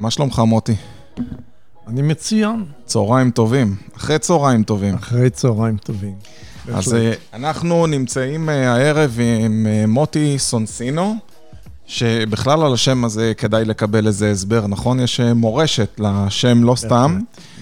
מה שלומך מוטי? אני מצוין. צהריים טובים, אחרי צהריים טובים. אחרי צהריים טובים. אז אנחנו נמצאים הערב עם מוטי סונסינו, שבכלל על השם הזה כדאי לקבל איזה הסבר, נכון? יש מורשת לשם לא סתם.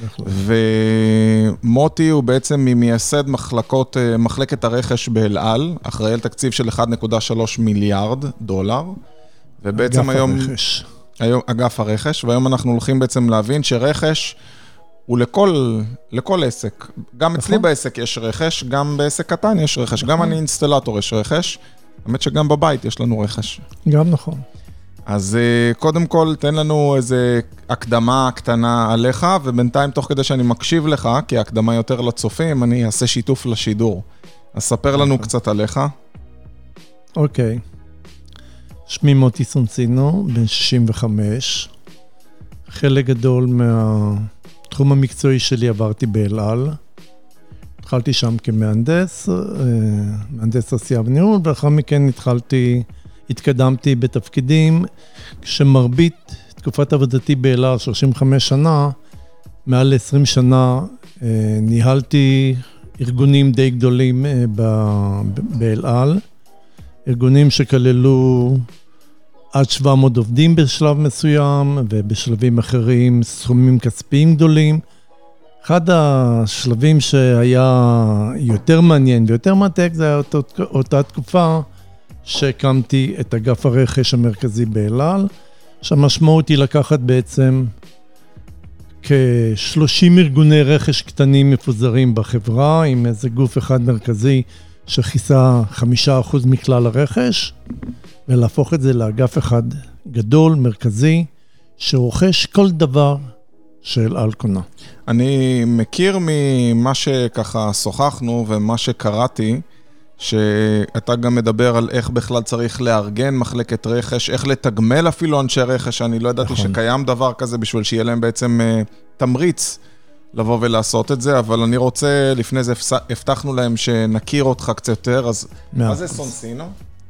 ומוטי הוא בעצם ממייסד מחלקת הרכש באל על, אחראי על תקציב של 1.3 מיליארד דולר. ובעצם היום אגף הרכש, והיום אנחנו הולכים בעצם להבין שרכש הוא לכל עסק. גם אצלי בעסק יש רכש, גם בעסק קטן יש רכש, גם אני אינסטלטור יש רכש, האמת שגם בבית יש לנו רכש. גם נכון. אז קודם כל תן לנו איזה הקדמה קטנה עליך, ובינתיים תוך כדי שאני מקשיב לך, כי ההקדמה יותר לצופים, אני אעשה שיתוף לשידור. אז ספר לנו קצת עליך. אוקיי. שמי מוטי סונסינו, בן 65. חלק גדול מהתחום המקצועי שלי עברתי באל על. התחלתי שם כמהנדס, מהנדס עשייה וניהול, ולאחר מכן התקדמתי בתפקידים, כשמרבית תקופת עבודתי באל על, 35 שנה, מעל 20 שנה, ניהלתי ארגונים די גדולים באל על, ארגונים שכללו עד 700 עובדים בשלב מסוים, ובשלבים אחרים סכומים כספיים גדולים. אחד השלבים שהיה יותר מעניין ויותר מתק, זה היה אותה תקופה שהקמתי את אגף הרכש המרכזי באל על, שהמשמעות היא לקחת בעצם כ-30 ארגוני רכש קטנים מפוזרים בחברה, עם איזה גוף אחד מרכזי שכיסה 5% מכלל הרכש, ולהפוך את זה לאגף אחד גדול, מרכזי, שרוכש כל דבר של אל קונה. אני מכיר ממה שככה שוחחנו ומה שקראתי, שאתה גם מדבר על איך בכלל צריך לארגן מחלקת רכש, איך לתגמל אפילו אנשי רכש, אני לא ידעתי שקיים דבר כזה בשביל שיהיה להם בעצם תמריץ לבוא ולעשות את זה, אבל אני רוצה, לפני זה הבטחנו להם שנכיר אותך קצת יותר, אז מה זה סונסינו?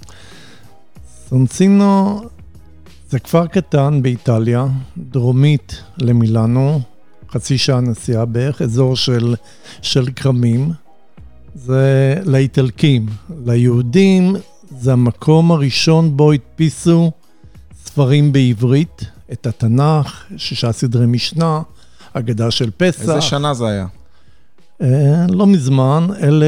סונסינו זה כפר קטן באיטליה, דרומית למילאנו, חצי שעה נסיעה בערך, אזור של קרמים. זה לאיטלקים, ליהודים זה המקום הראשון בו הדפיסו ספרים בעברית, את התנ"ך, 6 סדרי משנה, אגדה של פסח. איזה שנה זה היה? לא מזמן,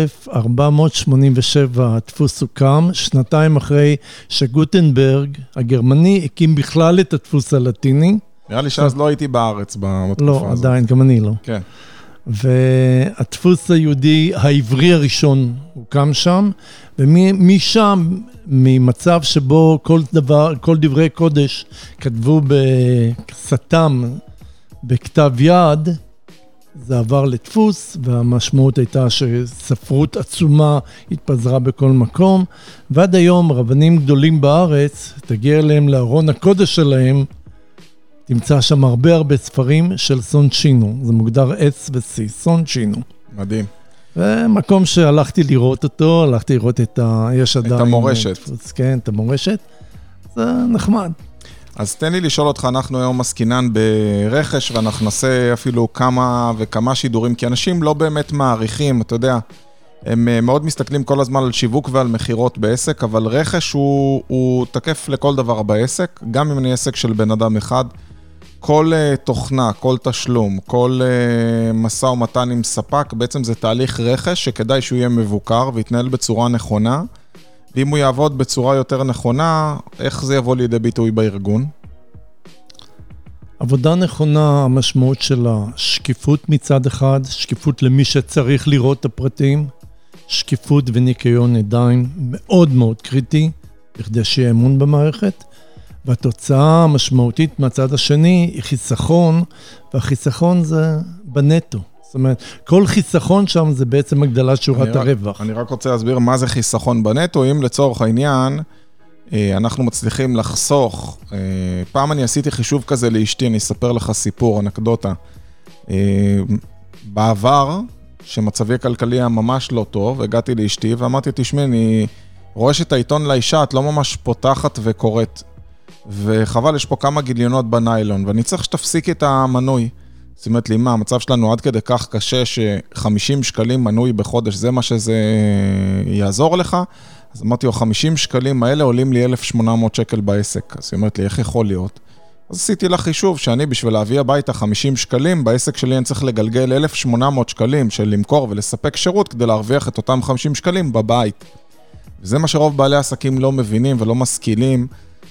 1487 הדפוס הוקם, שנתיים אחרי שגוטנברג הגרמני הקים בכלל את הדפוס הלטיני. נראה לי שאז לא הייתי בארץ בתקופה הזאת. לא, עדיין, גם אני לא. כן. והדפוס היהודי העברי הראשון הוקם שם, ומשם, ממצב שבו כל דברי קודש כתבו בסתם, בכתב יד, זה עבר לדפוס, והמשמעות הייתה שספרות עצומה התפזרה בכל מקום, ועד היום רבנים גדולים בארץ, תגיע אליהם לארון הקודש שלהם, תמצא שם הרבה ספרים של סונצ'ינו, זה מוגדר S ו-C, סונצ'ינו. מדהים. ומקום שהלכתי לראות אותו, הלכתי לראות יש עדיין... את המורשת. כן, את המורשת, זה נחמד. אז תן לי לשאול אותך, אנחנו היום מסקינן ברכש, ואנחנו נעשה אפילו כמה וכמה שידורים, כי אנשים לא באמת מעריכים, אתה יודע, הם מאוד מסתכלים כל הזמן על שיווק ועל מחירות בעסק, אבל רכש הוא תקף לכל דבר בעסק, גם אם אני עסק של בן אדם אחד, כל תוכנה, כל תשלום, כל משא ומתן עם ספק, בעצם זה תהליך רכש שכדאי שהוא יהיה מבוקר ויתנהל בצורה נכונה, ואם הוא יעבוד בצורה יותר נכונה, איך זה יבוא לידי ביטוי בארגון? עבודה נכונה, המשמעות שלה, שקיפות מצד אחד, שקיפות למי שצריך לראות את הפרטים, שקיפות וניקיון ידיים מאוד מאוד קריטי, בכדי שיהיה אמון במערכת, והתוצאה המשמעותית מהצד השני היא חיסכון, והחיסכון זה בנטו. זאת אומרת, כל חיסכון שם זה בעצם הגדלת שורת הרווח. אני רק רוצה להסביר מה זה חיסכון בנטו, אם לצורך העניין, אנחנו מצליחים לחסוך, פעם אני עשיתי חישוב כזה לאשתי, אני אספר לך סיפור, אנקדוטה. בעבר, שמצבי הכלכלי היה ממש לא טוב, הגעתי לאשתי ואמרתי, תשמעי, אני רועש את העיתון לאישה, את לא ממש פותחת וקוראת. וחבל, יש פה כמה גיליונות בניילון, ואני צריך שתפסיק את המנוי. זאת אומרת לי, מה, המצב שלנו עד כדי כך קשה ש50 שקלים מנוי בחודש, זה מה שזה יעזור לך? אז אמרתי לו, 50 שקלים האלה עולים לי 1,800 שקל בעסק. אז היא אומרת לי, איך יכול להיות? אז עשיתי לה חישוב שאני בשביל להביא הביתה 50 שקלים, בעסק שלי אני צריך לגלגל 1,800 שקלים של למכור ולספק שירות כדי להרוויח את אותם 50 שקלים בבית. וזה מה שרוב בעלי עסקים לא מבינים ולא משכילים.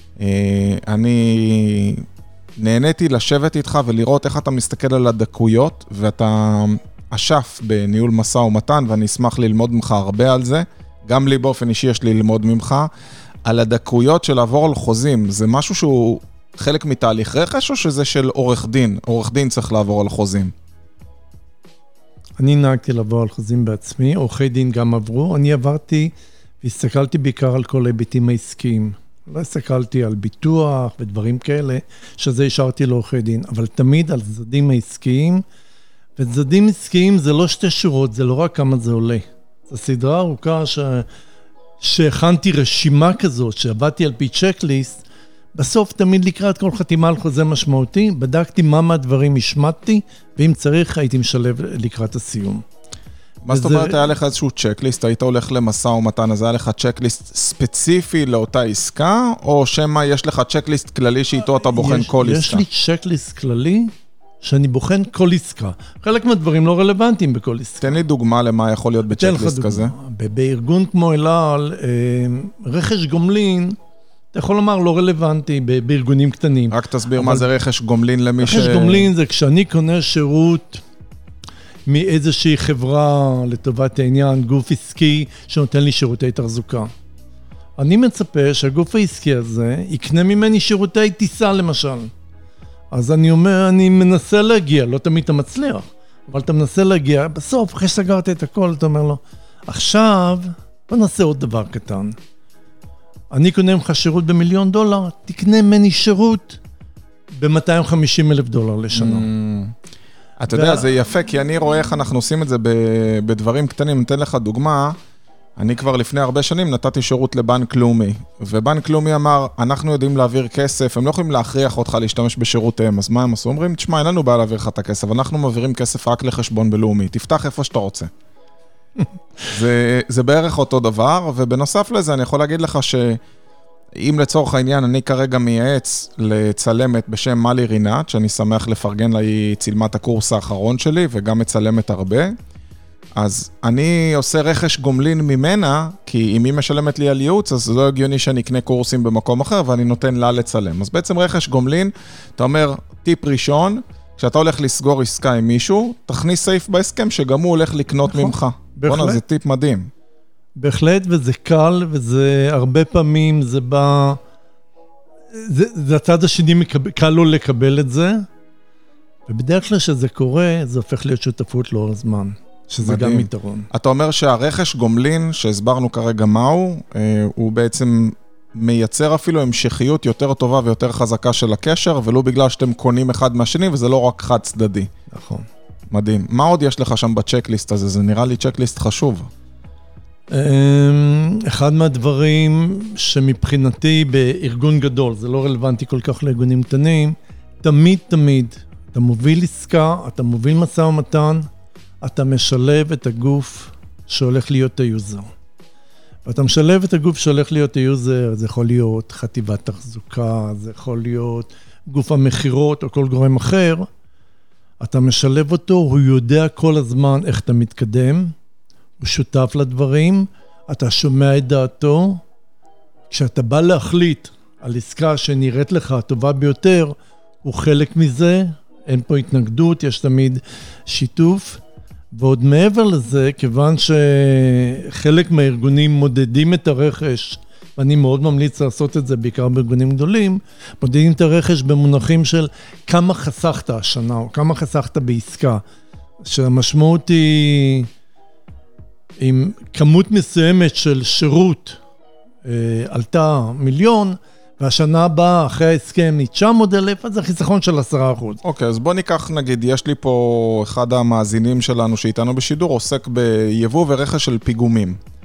אני נהניתי לשבת איתך ולראות איך אתה מסתכל על הדקויות, ואתה אשף בניהול מסע ומתן, ואני אשמח ללמוד ממך הרבה על זה. גם לי באופן אישי יש לי ללמוד ממך. על הדקויות של לעבור על חוזים, זה משהו שהוא חלק מתהליך רכש, או שזה של עורך דין? עורך דין צריך לעבור על חוזים. אני נהגתי לעבור על חוזים בעצמי, עורכי דין גם עברו. אני עברתי והסתכלתי בעיקר על כל ההיבטים העסקיים. לא הסתכלתי על ביטוח ודברים כאלה, שזה השארתי לעורכי דין, אבל תמיד על צדדים העסקיים, וצדדים עסקיים זה לא שתי שורות, זה לא רק כמה זה עולה. זו סדרה ארוכה שהכנתי רשימה כזאת, שעבדתי על פי צ'קליסט, בסוף תמיד לקראת כל חתימה על חוזה משמעותי, בדקתי מה מהדברים השמטתי, ואם צריך הייתי משלב לקראת הסיום. מה זאת אומרת, היה לך איזשהו צ'קליסט, היית הולך למסע ומתן, אז היה לך צ'קליסט ספציפי לאותה עסקה, או שמה יש לך צ'קליסט כללי שאיתו אתה בוחן כל עסקה? יש לי צ'קליסט כללי שאני בוחן כל עסקה. חלק מהדברים לא רלוונטיים בכל עסקה. תן לי דוגמה למה יכול להיות בצ'קליסט כזה. בארגון כמו אלעל, רכש גומלין, אתה יכול לומר לא רלוונטי בארגונים קטנים. רק תסביר מה זה רכש גומלין למי רכש גומלין זה כשאני קונה שירות מאיזושהי חברה לטובת העניין, גוף עסקי שנותן לי שירותי תחזוקה. אני מצפה שהגוף העסקי הזה יקנה ממני שירותי טיסה למשל. אז אני אומר, אני מנסה להגיע, לא תמיד אתה מצליח, אבל אתה מנסה להגיע, בסוף, אחרי שסגרת את הכל, אתה אומר לו, עכשיו, בוא נעשה עוד דבר קטן. אני קונה ממך שירות ב$1,000,000, תקנה ממני שירות ב$250,000 לשנה. אתה יודע, זה יפה, כי אני רואה איך אנחנו עושים את זה בדברים קטנים. נתן לך דוגמה, אני כבר לפני הרבה שנים נתתי שירות לבנק לאומי, ובנק לאומי אמר, אנחנו יודעים להעביר כסף, הם לא יכולים להכריח אותך להשתמש בשירותיהם, אז מה הם עשו? אומרים, תשמע, אין לנו בעיה להעביר לך את הכסף, אנחנו מעבירים כסף רק לחשבון בלאומי, תפתח איפה שאתה רוצה. זה בערך אותו דבר, ובנוסף לזה אני יכול להגיד לך שאם לצורך העניין אני כרגע מייעץ לצלמת בשם מלי רינת, שאני שמח לפרגן לה, היא צילמה את הקורס האחרון שלי וגם מצלמת הרבה, אז אני עושה רכש גומלין ממנה, כי אם היא משלמת לי על ייעוץ, אז זה לא הגיוני שאני אקנה קורסים במקום אחר, ואני נותן לה לצלם. אז בעצם רכש גומלין, אתה אומר, טיפ ראשון, כשאתה הולך לסגור עסקה עם מישהו, תכניס סעיף בהסכם שגם הוא הולך לקנות ממך. בוא'נה, זה טיפ מדהים. בהחלט, וזה קל, וזה הרבה פעמים, זה בא... זה הצד השני, קל לו לקבל את זה, ובדרך כלל שזה קורה, זה הופך להיות שותפות לאור הזמן. שזה מדהים. גם יתרון. אתה אומר שהרכש גומלין, שהסברנו כרגע מהו, הוא בעצם מייצר אפילו המשכיות יותר טובה ויותר חזקה של הקשר, ולא בגלל שאתם קונים אחד מהשני, וזה לא רק חד צדדי. נכון. מדהים. מה עוד יש לך שם בצ'קליסט הזה? זה נראה לי צ'קליסט חשוב. אחד מהדברים שמבחינתי בארגון גדול, זה לא רלוונטי כל כך לארגונים קטנים, תמיד, אתה מוביל עסקה, אתה מוביל מסע ומתן, אתה משלב את הגוף שהולך להיות היוזר. ואתה משלב את הגוף שהולך להיות היוזר, זה יכול להיות חטיבת תחזוקה, זה יכול להיות גוף המחירות או כל גורם אחר. אתה משלב אותו, הוא יודע כל הזמן איך אתה מתקדם, הוא שותף לדברים, אתה שומע את דעתו. כשאתה בא להחליט על עסקה שנראית לך הטובה ביותר, הוא חלק מזה, אין פה התנגדות, יש תמיד שיתוף. ועוד מעבר לזה, כיוון שחלק מהארגונים מודדים את הרכש, ואני מאוד ממליץ לעשות את זה בעיקר בארגונים גדולים, מודדים את הרכש במונחים של כמה חסכת השנה, או כמה חסכת בעסקה, שהמשמעות היא עם כמות מסוימת של שירות עלתה 1,000,000, והשנה הבאה, אחרי ההסכם, 900,000, אז זה חיסכון של 10%. אוקיי, אז בוא ניקח, נגיד, יש לי פה אחד המאזינים שלנו שאיתנו בשידור, עוסק ביבוא ורכש של פיגומים.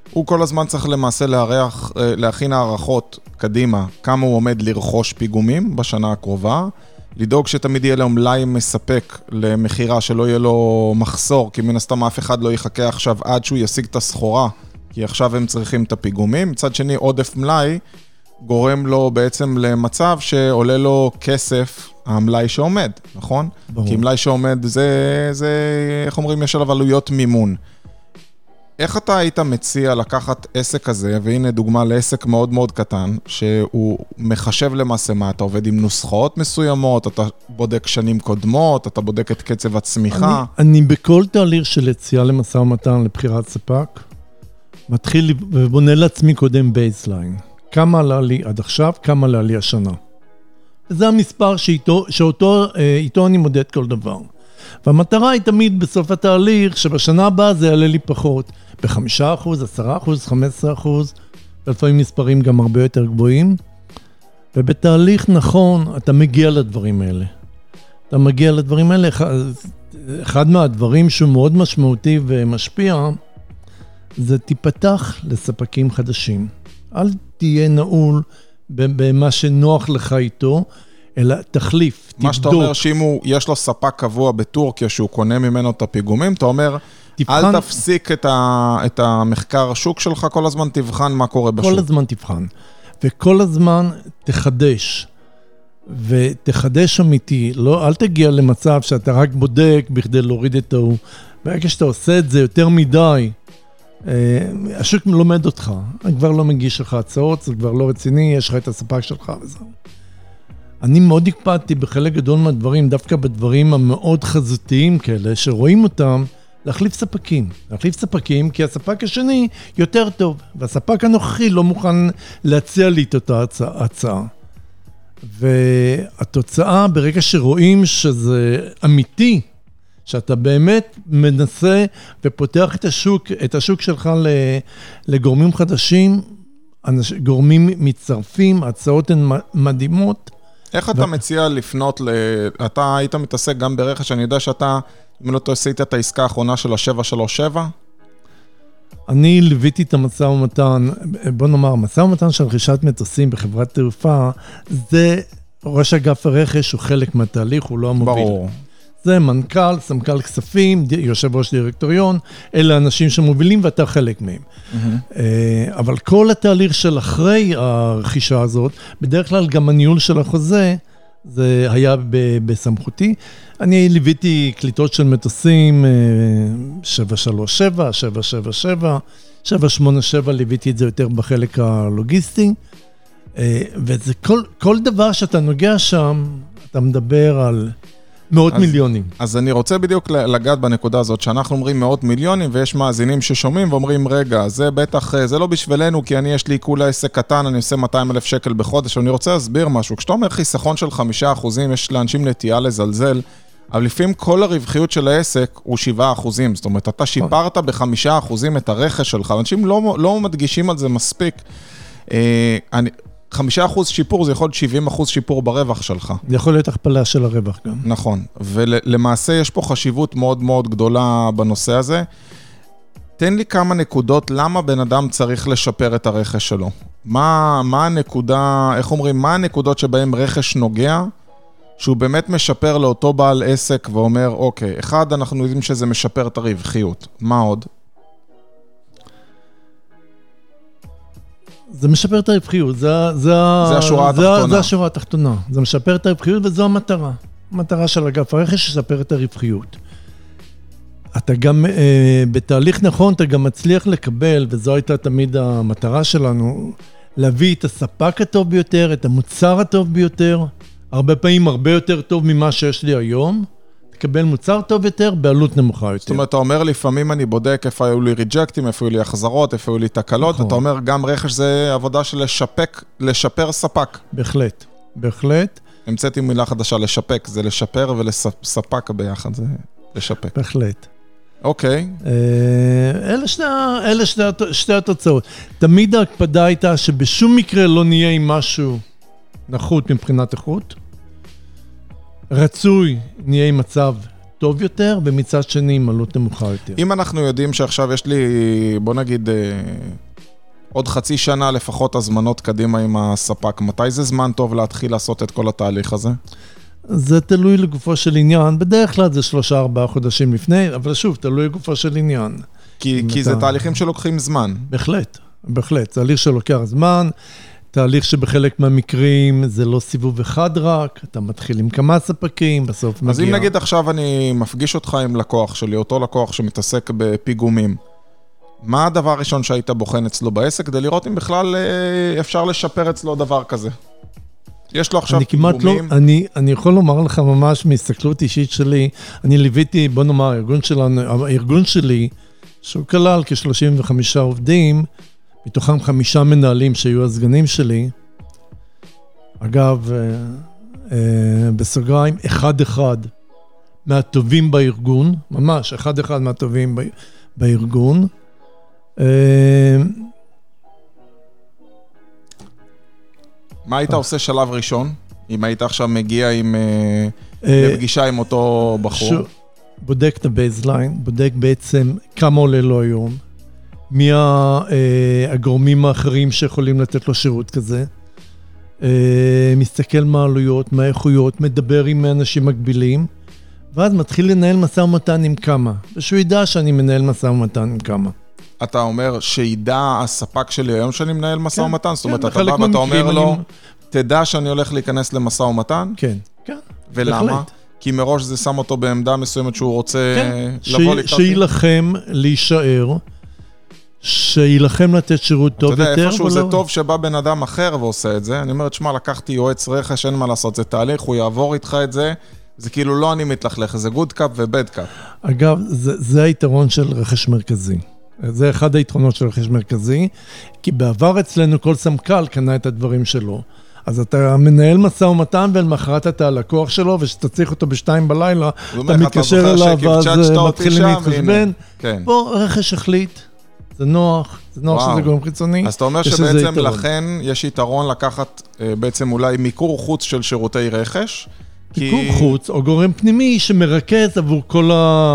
הוא כל הזמן צריך למעשה להכין הערכות קדימה, כמה הוא עומד לרכוש פיגומים בשנה הקרובה, לדאוג שתמיד יהיה לו מלאי מספק למחירה, שלא יהיה לו מחסור, כי מן הסתם אף אחד לא יחכה עכשיו עד שהוא ישיג את הסחורה, כי עכשיו הם צריכים את הפיגומים. מצד שני, עודף מלאי גורם לו בעצם למצב שעולה לו כסף המלאי שעומד, נכון? ברור. כי מלאי שעומד זה, איך אומרים, יש עליו עלויות מימון. איך אתה היית מציע לקחת עסק כזה, והנה דוגמה לעסק מאוד מאוד קטן, שהוא מחשב למעשה מה, אתה עובד עם נוסחאות מסוימות, אתה בודק שנים קודמות, אתה בודק את קצב הצמיחה. אני בכל תהליך של יציאה למשא ומתן לבחירת ספק, מתחיל ובונה לעצמי קודם בייסליין. כמה עלה לי עד עכשיו, כמה עלה לי השנה. וזה המספר שאיתו אני מודד כל דבר. והמטרה היא תמיד בסוף התהליך, שבשנה הבאה זה יעלה לי פחות. ב5%, 10%, 15%, לפעמים מספרים גם הרבה יותר גבוהים. ובתהליך נכון, אתה מגיע לדברים האלה. אתה מגיע לדברים האלה, אחד מהדברים שהוא מאוד משמעותי ומשפיע, זה תיפתח לספקים חדשים. אל תהיה נעול במה שנוח לך איתו, אלא תחליף, תבדוק. מה שאתה אומר שאם יש לו ספק קבוע בטורקיה שהוא קונה ממנו את הפיגומים, אתה אומר, אל תפסיק את המחקר השוק שלך, כל הזמן תבחן מה קורה בשוק. כל הזמן תבחן, וכל הזמן תחדש, ותחדש אמיתי. לא, אל תגיע למצב שאתה רק בודק בכדי להוריד את ההוא. ברגע שאתה עושה את זה יותר מדי, השוק לומד אותך, כבר לא מגיש לך הצעות, זה כבר לא רציני, יש לך את הספק שלך וזהו. אני מאוד הקפדתי בחלק גדול מהדברים, דווקא בדברים המאוד חזותיים כאלה, שרואים אותם, להחליף ספקים, כי הספק השני יותר טוב, והספק הנוכחי לא מוכן להציע לי את אותה הצעה. והתוצאה, ברגע שרואים שזה אמיתי, שאתה באמת מנסה ופותח את השוק שלך לגורמים חדשים, גורמים מצטרפים, הצעות הן מדהימות. איך אתה מציע לפנות, אתה היית מתעסק גם ברכש, אני יודע שאתה, אם לא תעשית את העסקה האחרונה של ה-737? אני ליוויתי את המשא ומתן, בוא נאמר, המשא ומתן של רכישת מטוסים בחברת תעופה, זה ראש אגף הרכש, הוא חלק מהתהליך, הוא לא המוביל. ברור. זה מנכ"ל, סמנכ"ל כספים, יושב ראש דירקטוריון, אלה אנשים שמובילים ואתה חלק מהם. אבל כל התהליך של אחרי הרכישה הזאת, בדרך כלל גם הניהול של החוזה, זה היה בסמכותי. אני ליוויתי קליטות של מטוסים 737, 777, 787, ליוויתי את זה יותר בחלק הלוגיסטי, וזה כל דבר שאתה נוגע שם, אתה מדבר על מאות מיליונים. אז אני רוצה בדיוק לגעת בנקודה הזאת, שאנחנו אומרים מאות מיליונים, ויש מאזינים ששומעים ואומרים, רגע, זה בטח, זה לא בשבילנו, כי אני יש לי כולה עסק קטן, אני עושה 200,000 שקל בחודש, ואני רוצה להסביר משהו. כשאתה אומר חיסכון של 5%, יש לאנשים נטייה לזלזל, אבל לפעמים כל הרווחיות של העסק הוא 7%. זאת אומרת, אתה שיפרת ב5% את הרכש שלך, אנשים לא מדגישים על זה מספיק. 5% שיפור זה יכול להיות 70% שיפור ברווח שלך. זה יכול להיות הכפלה של הרווח גם. נכון, ולמעשה יש פה חשיבות מאוד מאוד גדולה בנושא הזה. תן לי כמה נקודות, למה בן אדם צריך לשפר את הרכש שלו? מה הנקודה, איך אומרים, מה הנקודות שבהם רכש נוגע, שהוא באמת משפר לאותו בעל עסק ואומר, אוקיי, אחד, אנחנו יודעים שזה משפר את הרווחיות. מה עוד? זה משפר את הרווחיות, זה השורה התחתונה. זה משפר את הרווחיות וזו המטרה. המטרה של אגף הרכש לשפר את הרווחיות. אתה גם, בתהליך נכון, אתה גם מצליח לקבל, וזו הייתה תמיד המטרה שלנו, להביא את הספק הטוב ביותר, את המוצר הטוב ביותר, הרבה פעמים הרבה יותר טוב ממה שיש לי היום, תקבל מוצר טוב יותר, בעלות נמוכה יותר. זאת אומרת, אתה אומר, לפעמים אני בודק איפה היו לי ריג'קטים, איפה היו לי החזרות, איפה היו לי תקלות, נכון. אתה אומר, גם רכש זה עבודה של לשפר ספק. בהחלט, בהחלט. המצאתי מילה חדשה, לשפק, זה לשפר ולספק ביחד, זה לשפק. בהחלט. אוקיי. אלה שתי התוצאות. תמיד ההקפדה הייתה שבשום מקרה לא נהיה עם משהו נחות מבחינת איכות. רצוי נהיה עם מצב טוב יותר, ומצד שני עם עלות נמוכה יותר. אם אנחנו יודעים שעכשיו יש לי, בוא נגיד, עוד חצי שנה לפחות הזמנות קדימה עם הספק, מתי זה זמן טוב להתחיל לעשות את כל התהליך הזה? זה תלוי לגופו של עניין, בדרך כלל זה 3-4 חודשים לפני, אבל שוב, תלוי לגופו של עניין. כי זה תהליכים שלוקחים זמן. בהחלט, בהחלט. תהליך שלוקח זמן, תהליך שבחלק מהמקרים זה לא סיבוב אחד רק, אתה מתחיל עם כמה ספקים, בסוף מגיע. אז אם נגיד עכשיו אני מפגיש אותך עם לקוח שלי, אותו לקוח שמתעסק בפיגומים, מה הדבר הראשון שהיית בוחן אצלו בעסק, כדי לראות אם בכלל אפשר לשפר אצלו דבר כזה? יש לו עכשיו פיגומים. אני יכול לומר לך ממש מהסתכלות אישית שלי, אני ליוויתי, בוא נאמר, הארגון שלי, שהוא כלל כ-35 עובדים, מתוכם 5 מנהלים שהיו הסגנים שלי. אגב, בסוגריים, אחד מהטובים בארגון, ממש אחד מהטובים בארגון. מה היית עושה שלב ראשון? אם היית עכשיו מגיע לפגישה עם אותו בחור? בודק את הבייסליין, בודק בעצם כמה עולה לו היום, מי הגורמים האחרים שיכולים לתת לו שירות כזה, מסתכל מה העלויות, מה האיכויות, מדבר עם אנשים מקבילים, ואז מתחיל לנהל משא ומתן עם כמה, ושהוא ידע שאני מנהל משא ומתן עם כמה. אתה אומר שידע הספק שלי היום שאני מנהל משא ומתן? זאת אומרת, אתה בא ואתה אומר לו, תדע שאני הולך להיכנס למשא ומתן? כן, כן. ולמה? כי מראש זה שם אותו בעמדה מסוימת שהוא רוצה לבוא לקראתי? שילחם להישאר, שילחם לתת שירות טוב יותר. אתה יודע, איפשהו זה טוב שבא בן אדם אחר ועושה את זה. אני אומר, תשמע, לקחתי יועץ רכש, אין מה לעשות, זה תהליך, הוא יעבור איתך את זה, זה כאילו לא אני מתלכלך, זה גוד קאפ ובד קאפ. אגב, זה היתרון של רכש מרכזי. זה אחד היתרונות של רכש מרכזי, כי בעבר אצלנו כל סמכ"ל קנה את הדברים שלו. אז אתה מנהל משא ומתן, ולמחרת אתה הלקוח שלו, ושאתה צריך אותו ב2 בלילה, אתה מתקשר אליו, ואז מתחילים להתחשבן. פה רכש החליט, זה נוח שזה גורם חיצוני. אז אתה אומר שבעצם לכן יש יתרון לקחת בעצם אולי מיקור חוץ של שירותי רכש. מיקור חוץ, או גורם פנימי שמרכז עבור כל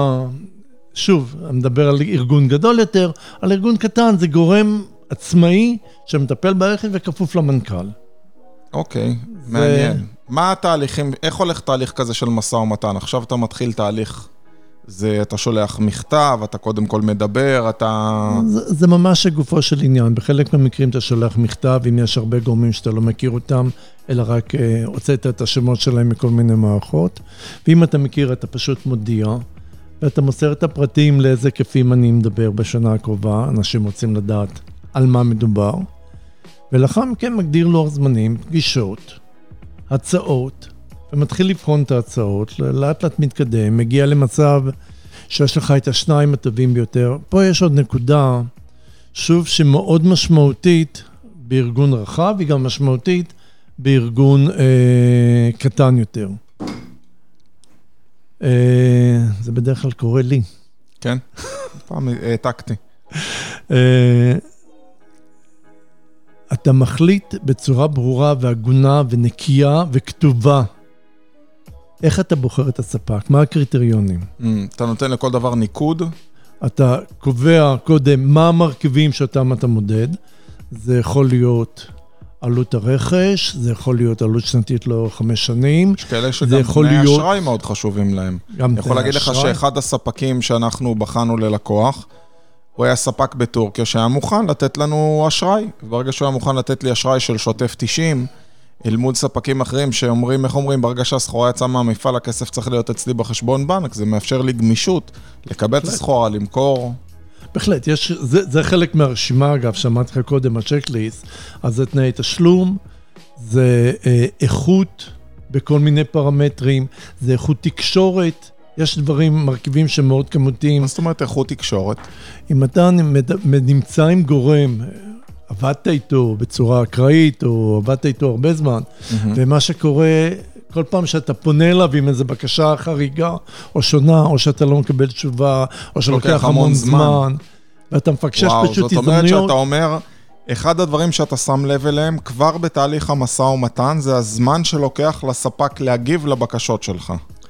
שוב, אני מדבר על ארגון גדול יותר, על ארגון קטן, זה גורם עצמאי שמטפל ברכש וכפוף למנכ"ל. אוקיי, מעניין. מה התהליכים, איך הולך תהליך כזה של משא ומתן? עכשיו אתה מתחיל תהליך, אתה שולח מכתב, אתה קודם כל מדבר, זה ממש גופו של עניין. בחלק מהמקרים אתה שולח מכתב, אם יש הרבה גורמים שאתה לא מכיר אותם, אלא רק הוצאת את השמות שלהם מכל מיני מערכות. ואם אתה מכיר, אתה פשוט מודיע. ואתה מוסר את הפרטים לאיזה כיפים אני מדבר בשנה הקרובה, אנשים רוצים לדעת על מה מדובר, ולאחר מכן מגדיר לוח זמנים, פגישות, הצעות, ומתחיל לבחון את ההצעות, לאט לאט מתקדם, מגיע למצב שיש לך את השניים הטובים ביותר. פה יש עוד נקודה, שוב שמאוד משמעותית בארגון רחב, היא גם משמעותית בארגון קטן יותר. זה בדרך כלל קורה לי. כן, פעם העתקתי. אתה מחליט בצורה ברורה והגונה ונקייה וכתובה. איך אתה בוחר את הספק? מה הקריטריונים? אתה נותן לכל דבר ניקוד? אתה קובע קודם מה המרכיבים שאותם אתה מודד. זה יכול להיות עלות הרכש, זה יכול להיות עלות שנתית לו 5 שנים. יש כאלה שגם תנאי אשראי מאוד חשובים להם. אני יכול להגיד לך שאחד הספקים שאנחנו בחנו ללקוח, הוא היה ספק בטורקיה שהיה מוכן לתת לנו אשראי. וברגע שהוא היה מוכן לתת לי אשראי של שוטף 90, אל מול ספקים אחרים שאומרים, איך אומרים, ברגע שהסחורה יצאה מהמפעל, הכסף צריך להיות אצלי בחשבון בנק, זה מאפשר לי גמישות, לקבל את הסחורה, למכור. בהחלט, זה חלק מהרשימה, אגב, שמעתי לך קודם, הצ'קליסט, אז זה תנאי תשלום, זה איכות בכל מיני פרמטרים, זה איכות תקשורת, יש דברים, מרכיבים שמאוד כמותיים. מה זאת אומרת איכות תקשורת? אם אתה נמצא עם גורם, עבדת איתו בצורה אקראית, או עבדת איתו הרבה זמן, ומה שקורה, כל פעם שאתה פונה אליו עם איזו בקשה חריגה, או שונה, או שאתה לא מקבל תשובה, או שלוקח המון זמן, ואתה מפקשש פשוט הזדמנויות. זאת אומרת שאתה אומר, אחד הדברים שאתה שם לב אליהם, כבר בתהליך המשא ומתן, זה הזמן שלוקח לספק להגיב לבקשות שלך.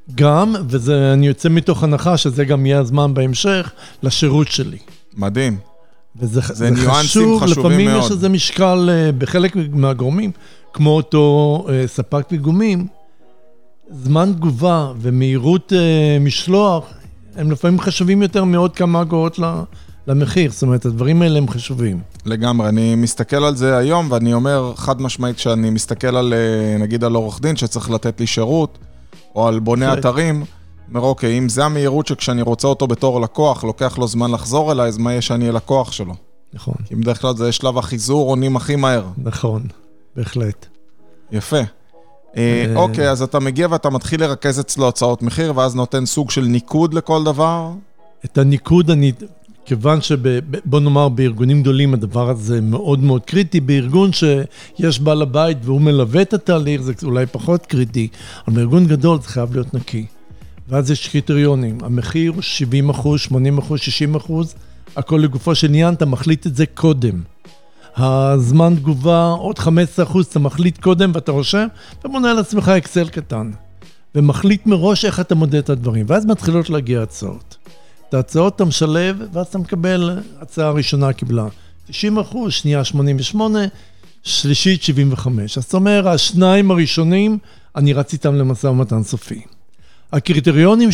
גם, ואני יוצא מתוך הנחה שזה גם יהיה הזמן בהמשך לשירות שלי. מדהים. זה ניואנסים חשובים לפעמים מאוד. יש איזה משקל בחלק מהגורמים, כמו אותו ספק פיגומים, זמן תגובה ומהירות משלוח, הם לפעמים חשובים יותר מעוד כמה אגורות למחיר, זאת אומרת, הדברים האלה הם חשובים. לגמרי, אני מסתכל על זה היום, ואני אומר חד משמעית שאני מסתכל על, נגיד על עורך דין שצריך לתת לי שירות, או על בוני אתרים, אומר, אוקיי, אם זה המהירות שכשאני רוצה אותו בתור לקוח, לוקח לו זמן לחזור אליי, אז מה יש שאני לקוח שלו? נכון. כי בדרך כלל זה שלב החיזור, עונים הכי מהר. נכון, בהחלט. יפה. אוקיי, אז אתה מגיע ואתה מתחיל לרכז אצלו הצעות מחיר, ואז נותן סוג של ניקוד לכל דבר? את הניקוד כיוון שבוא נאמר בארגונים גדולים הדבר הזה מאוד מאוד קריטי, בארגון שיש בעל הבית והוא מלווה את התהליך, זה אולי פחות קריטי, אבל בארגון גדול זה חייב להיות נקי. ואז יש קריטריונים, המחיר 70%, 80%, 60%, הכל לגופו של עניין, אתה מחליט את זה קודם. הזמן תגובה, עוד 15%, אתה מחליט קודם ואתה רושם, ומונה לעצמך אקסל קטן. ומחליט מראש איך אתה מודד את הדברים, ואז מתחילות להגיע הצעות. את ההצעות אתה משלב, ואז אתה מקבל, הצעה הראשונה קיבלה 90%, שנייה 88%, שלישית 75%. אז זאת אומרת, השניים הראשונים, אני רציתם למשא ומתן סופי. הקריטריונים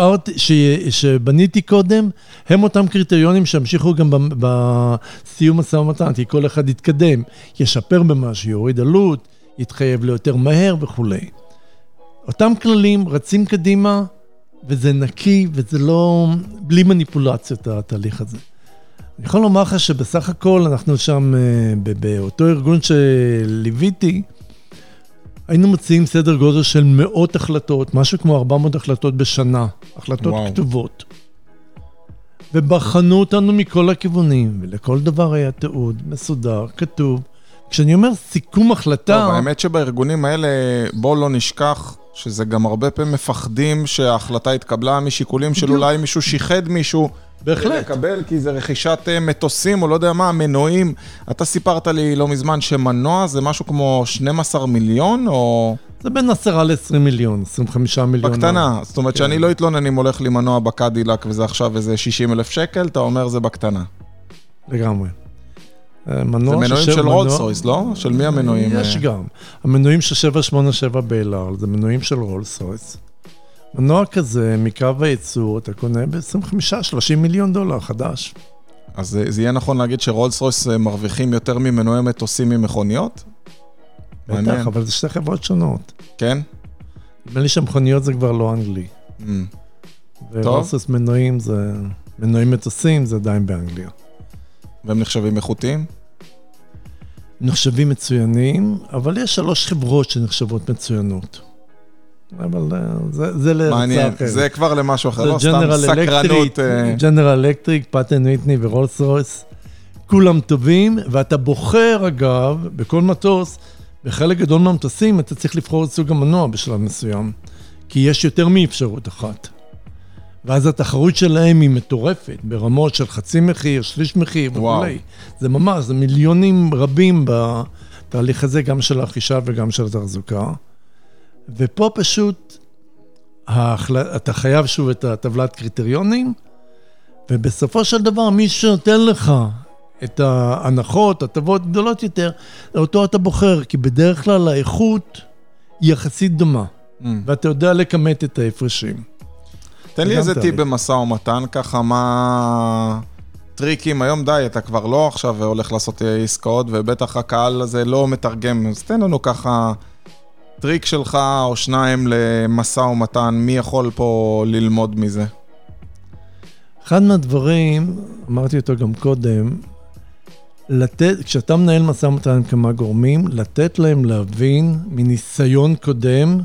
שבניתי קודם, הם אותם קריטריונים שהמשיכו גם בסיום משא ומתן, כי כל אחד יתקדם, ישפר במשהו, יוריד עלות, יתחייב ליותר מהר וכו'. אותם כללים רצים קדימה, וזה נקי, וזה לא, בלי מניפולציות, התהליך הזה. אני יכול לומר לך שבסך הכל, אנחנו שם, באותו ארגון שליוויתי, היינו מציעים סדר גודל של מאות החלטות, משהו כמו 400 החלטות בשנה, החלטות כתובות. ובחנו אותנו מכל הכיוונים, ולכל דבר היה תיעוד, מסודר, כתוב. כשאני אומר סיכום החלטה... טוב, האמת שבארגונים האלה, בוא לא נשכח, שזה גם הרבה פעמים מפחדים שההחלטה התקבלה משיקולים של אולי מישהו שיחד מישהו, בהחלט. לקבל, כי זה רכישת מטוסים, או לא יודע מה, מנועים. אתה סיפרת לי לא מזמן שמנוע זה משהו כמו 12 מיליון, או... זה בין 10 ל-20 מיליון, 25 מיליון. בקטנה, זאת אומרת שאני לא אתלונן אם הולך לי מנוע בקדילק, וזה עכשיו איזה 60,000 שקל, אתה אומר זה בקטנה. לגמרי. זה מנועים של רולס רויס, לא? של מי המנועים? יש גם. המנועים של 787 באל"ל, זה מנועים של רולס רויס. מנוע כזה, מקו הייצור, אתה קונה ב-25-30 מיליון דולר חדש. אז זה יהיה נכון להגיד שרולס רויס מרוויחים יותר ממנועי מטוסים ממכוניות? בטח, אבל זה שתי חברות שונות. כן? נדמה לי שהמכוניות זה כבר לא אנגלי. ורולס רויס מנועים זה... מנועים מטוסים זה עדיין באנגליה. והם נחשבים איכותיים? נחשבים מצוינים, אבל יש 3 חברות שנחשבות מצוינות. אבל זה להרצאה אחרת. זה כבר למשהו אחר, לא סתם סקרנות. ג'נרל אלקטריק, פאטן ויטני ורולס רויס, כולם טובים, ואתה בוחר אגב, בכל מטוס, בחלק גדול מהמטוסים, אתה צריך לבחור את סוג המנוע בשלב מסוים, כי יש יותר מאפשרות אחת. ואז התחרות שלהם היא מטורפת, ברמות של חצי מחיר, שליש מחיר וכו'. זה ממש, זה מיליונים רבים בתהליך הזה, גם של הרכישה וגם של התחזוקה. ופה פשוט, אתה חייב שוב את הטבלת קריטריונים, ובסופו של דבר מי שנותן לך את ההנחות, הטבות גדולות יותר, אותו אתה בוחר, כי בדרך כלל האיכות היא יחסית דומה, ואתה יודע לכמת את ההפרשים. תן לי איזה טיפ במשא ומתן, ככה מה טריקים, היום די, אתה כבר לא עכשיו הולך לעשות עסקאות, ובטח הקהל הזה לא מתרגם, אז תן לנו ככה טריק שלך או שניים למשא ומתן, מי יכול פה ללמוד מזה? אחד מהדברים, אמרתי אותו גם קודם, כשאתה מנהל משא ומתן עם כמה גורמים, לתת להם להבין מניסיון קודם,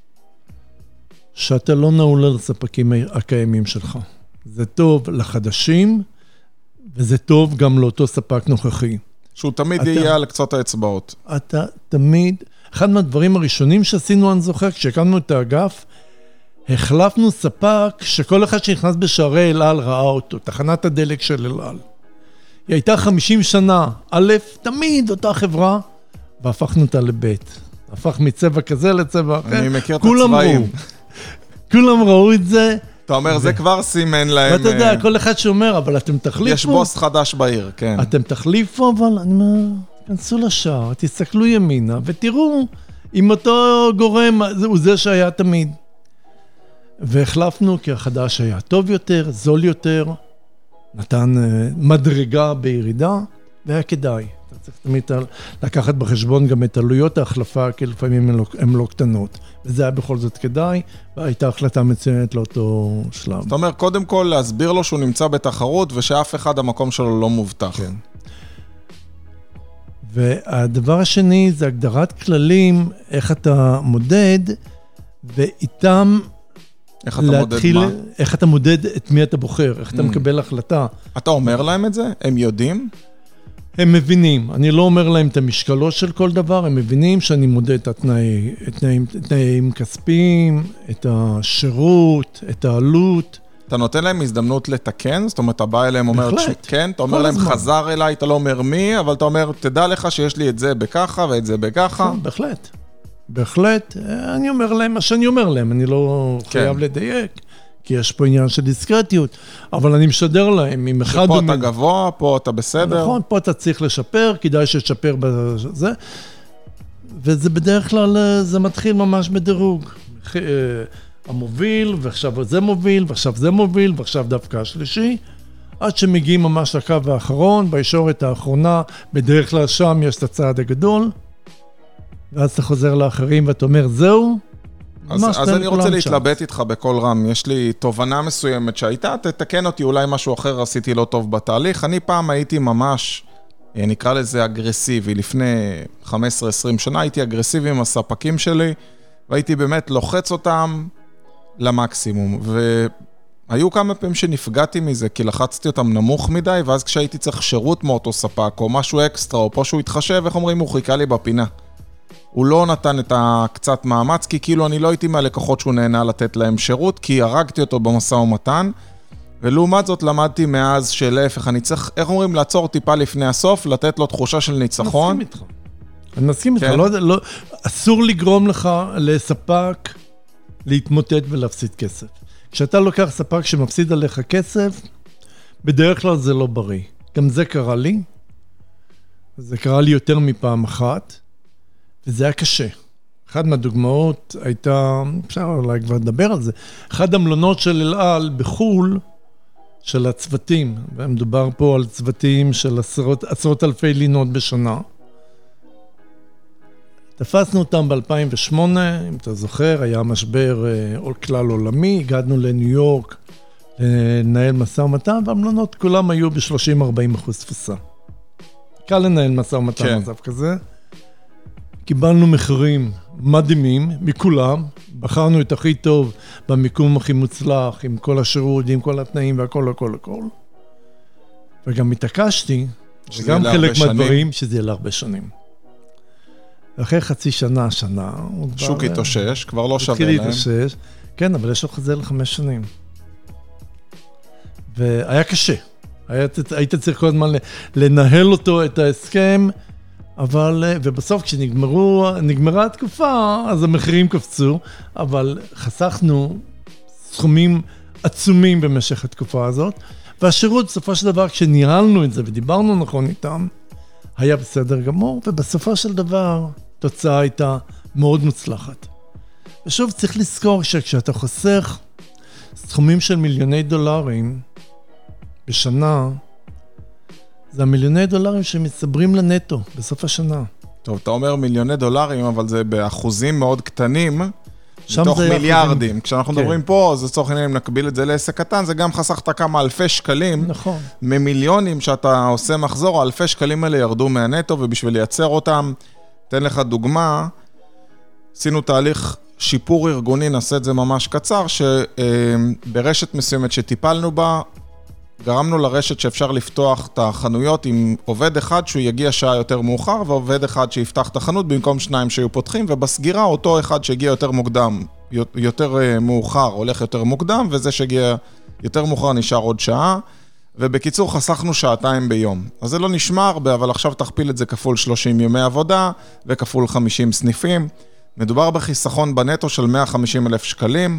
שאתה לא נעול על הספקים הקיימים שלך. זה טוב לחדשים, וזה טוב גם לאותו ספק נוכחי. שהוא תמיד יהיה על קצות האצבעות. אתה תמיד, אחד מהדברים הראשונים שעשינו, אני זוכר, כשהקמנו את האגף, החלפנו ספק שכל אחד שנכנס בשערי אל על ראה אותו, תחנת הדלק של אל על. היא הייתה 50 שנה, א', תמיד אותה חברה, והפכנו אותה לבית. הפך מצבע כזה לצבע אחר. אני מכיר את הצבעים. כולם ראו את זה. אתה אומר, זה כבר סימן להם... ואתה יודע, כל אחד שאומר, אבל אתם תחליפו. יש בוס חדש בעיר, כן. אתם תחליפו, אבל אני אומר, כנסו לשער, תסתכלו ימינה, ותראו אם אותו גורם הוא זה שהיה תמיד. והחלפנו כי החדש היה טוב יותר, זול יותר, נתן מדרגה בירידה, והיה כדאי. אתה צריך תמיד לקחת בחשבון גם את עלויות ההחלפה, כי לפעמים הן לא קטנות. וזה היה בכל זאת כדאי, והייתה החלטה מצוינת לאותו שלב. זאת אומרת, קודם כל להסביר לו שהוא נמצא בתחרות, ושאף אחד המקום שלו לא מובטח. כן. והדבר השני זה הגדרת כללים, איך אתה מודד, ואיתם איך אתה להתחיל, מודד מה? איך אתה מודד את מי אתה בוחר, איך אתה מקבל החלטה. אתה אומר להם את זה? הם יודעים? הם מבינים. אני לא אומר להם את המשקלות של כל דבר, הם מבינים שאני מודד את התנאים כספיים, את השירות, את העלות. אתה נותן להם הזדמנות לתקן? זאת אומרת, אתה בא אליהם ואומר, כן, אתה אומר להם חזר אליי, אתה לא אומר מי, אבל אתה אומר, תדע לך שיש לי את זה בככה ואת זה בככה. בהחלט. בהחלט. אני אומר להם מה שאני אומר להם, אני לא חייב לדייק, כי יש פה עניין של דיסקרטיות, אבל אני משדר להם, אם אחד... שפה אתה גבוה, פה אתה בסדר. נכון, פה אתה צריך לשפר, כדאי שתשפר בזה, וזה בדרך כלל, זה מתחיל ממש בדירוג. המוביל, ועכשיו זה מוביל, ועכשיו זה מוביל, ועכשיו דווקא השלישי, עד שמגיעים ממש לקו האחרון, בישורת האחרונה, בדרך כלל שם יש את הצעד הגדול, ואז אתה חוזר לאחרים ואתה אומר, זהו, אז אני רוצה להתלבט איתך בכל רם, יש לי תובנה מסוימת שהייתה, תתקן אותי אולי משהו אחר עשיתי לא טוב בתהליך, אני פעם הייתי ממש, נקרא לזה אגרסיבי, לפני 15-20 שנה הייתי אגרסיבי עם הספקים שלי, והייתי באמת לוחץ אותם למקסימום, והיו כמה פעמים שנפגעתי מזה, כי לחצתי אותם נמוך מדי, ואז כשהייתי צריך שירות מאותו ספק, או משהו אקסטרה, או פה שהוא התחשב, איך אומרים, הוא חיכה לי בפינה. הוא לא נתן את הקצת מאמץ, כי כאילו אני לא הייתי מהלקוחות שהוא נהנה לתת להם שירות, כי הרגתי אותו במשא ומתן, ולעומת זאת למדתי מאז שלהפך, אני צריך, איך אומרים, לעצור טיפה לפני הסוף, לתת לו תחושה של ניצחון. אני מסכים איתך, אסור לגרום לך לספק להתמוטט ולהפסיד כסף. כשאתה לוקח ספק שמפסיד עליך כסף, בדרך כלל זה לא בריא. גם זה קרה לי, זה קרה לי יותר מפעם אחת, וזה היה קשה. אחת מהדוגמאות הייתה, אפשר אולי כבר לדבר על זה, אחד המלונות של אל-על בחול, של הצוותים, ומדובר פה על צוותים של עשרות אלפי לינות בשנה. תפסנו אותם ב-2008, אם אתה זוכר, היה משבר כלל עולמי, הגענו לניו יורק לנהל משא ומתן, והמלונות כולם היו ב-30-40% תפוסה. קל לנהל משא ומתן מצב כזה. קיבלנו מחירים מדהימים מכולם, בחרנו את הכי טוב במיקום הכי מוצלח, עם כל השירות, עם כל התנאים והכל, הכל, הכל. וגם התעקשתי, וגם חלק מהדברים, שזה יהיה להרבה שנים. ואחרי חצי שנה, שוק התאושש, כבר לא שווה להם. התאושש, כן, אבל יש לו חזר ל5 שנים. והיה קשה. היית צריך כל הזמן לנהל אותו, את ההסכם, אבל, ובסוף כשנגמרה התקופה, אז המחירים קפצו, אבל חסכנו סכומים עצומים במשך התקופה הזאת, והשירות בסופו של דבר, כשניהלנו את זה ודיברנו נכון איתם, היה בסדר גמור, ובסופו של דבר, התוצאה הייתה מאוד מוצלחת. ושוב, צריך לזכור שכשאתה חוסך סכומים של מיליוני דולרים בשנה, זה $1,000,000 שמצטברים לנטו בסוף השנה. טוב, אתה אומר $1,000,000, אבל זה באחוזים מאוד קטנים, מתוך מיליארדים. כשאנחנו מדברים פה, אז לצורך העניין, נקביל את זה לעסק קטן, זה גם חסכת כמה אלפי שקלים, ממיליונים שאתה עושה מחזור, האלפי שקלים האלה ירדו מהנטו, ובשביל לייצר אותם, תן לך דוגמה, עשינו תהליך שיפור ארגוני, נעשה את זה ממש קצר, שברשת מסוימת שטיפלנו בה, גרמנו לרשת שאפשר לפתוח את החנויות עם עובד אחד שהוא יגיע שעה יותר מאוחר, ועובד אחד שיפתח את החנות במקום 2 שהיו פותחים, ובסגירה אותו אחד שהגיע יותר מוקדם, יותר מאוחר הולך יותר מוקדם, וזה שהגיע יותר מאוחר נשאר עוד שעה, ובקיצור חסכנו 2 ביום. אז זה לא נשמע הרבה, אבל עכשיו תכפיל את זה כפול 30 ימי עבודה, וכפול 50 סניפים. מדובר בחיסכון בנטו של 150,000 שקלים,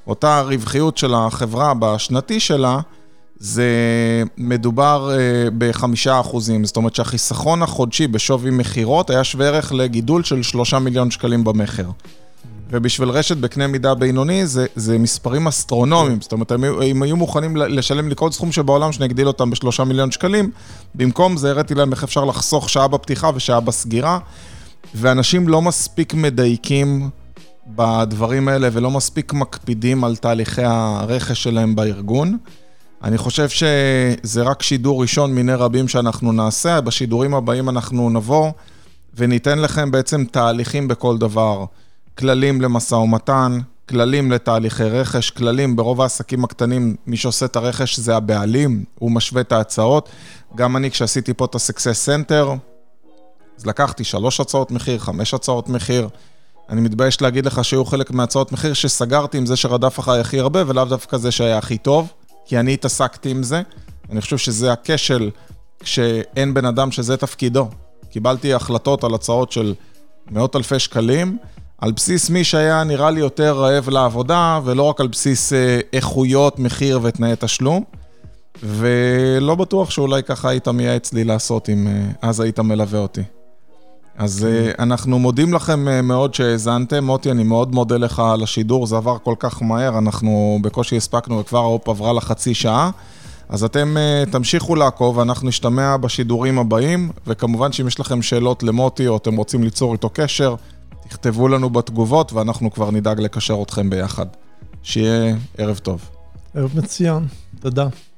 אותה רווחיות של החברה בשנתי שלה, זה מדובר ב5%. זאת אומרת שהחיסכון החודשי בשווי מחירות היה שווה ערך לגידול של 3 מיליון שקלים במחיר. ובשביל רשת בקנה מידה בינוני, זה מספרים אסטרונומיים. זאת אומרת, הם היו מוכנים לשלם לי כל סכום שבעולם שנגדיל אותם ב3 מיליון שקלים. במקום זה הראיתי להם איך אפשר לחסוך שעה בפתיחה ושעה בסגירה. ואנשים לא מספיק מדייקים בדברים האלה, ולא מספיק מקפידים על תהליכי הרכש שלהם בארגון. אני חושב שזה רק שידור ראשון מיני רבים שאנחנו נעשה. בשידורים הבאים אנחנו נבוא וניתן לכם בעצם תהליכים בכל דבר. כללים למשא ומתן, כללים לתהליכי רכש, כללים ברוב העסקים הקטנים, מי שעושה את הרכש זה הבעלים, הוא משווה את ההצעות. גם אני כשעשיתי פה את ה-Success Center, אז לקחתי 3 הצעות מחיר, 5 הצעות מחיר. אני מתבייש להגיד לך שהיו חלק מהצעות מחיר שסגרתי עם זה שרדף אחרי הכי הרבה, ולאו דווקא זה שהיה הכי טוב, כי אני התעסקתי עם זה. אני חושב שזה הכשל כשאין בן אדם שזה תפקידו. קיבלתי החלטות על הצעות של מאות אלפי שקלים, על בסיס מי שהיה נראה לי יותר רעב לעבודה, ולא רק על בסיס איכויות, מחיר ותנאי תשלום. ולא בטוח שאולי ככה היית מייעץ לי לעשות אם אז היית מלווה אותי. אז אנחנו מודים לכם מאוד שהזנתם. מוטי, אני מאוד מודה לך על השידור, זה עבר כל כך מהר, אנחנו בקושי הספקנו וכבר ההופ עברה לחצי שעה. אז אתם תמשיכו לעקוב, אנחנו נשתמע בשידורים הבאים, וכמובן שאם יש לכם שאלות למוטי או אתם רוצים ליצור איתו קשר, תכתבו לנו בתגובות ואנחנו כבר נדאג לקשר אתכם ביחד. שיהיה ערב טוב. ערב מצוין, תודה.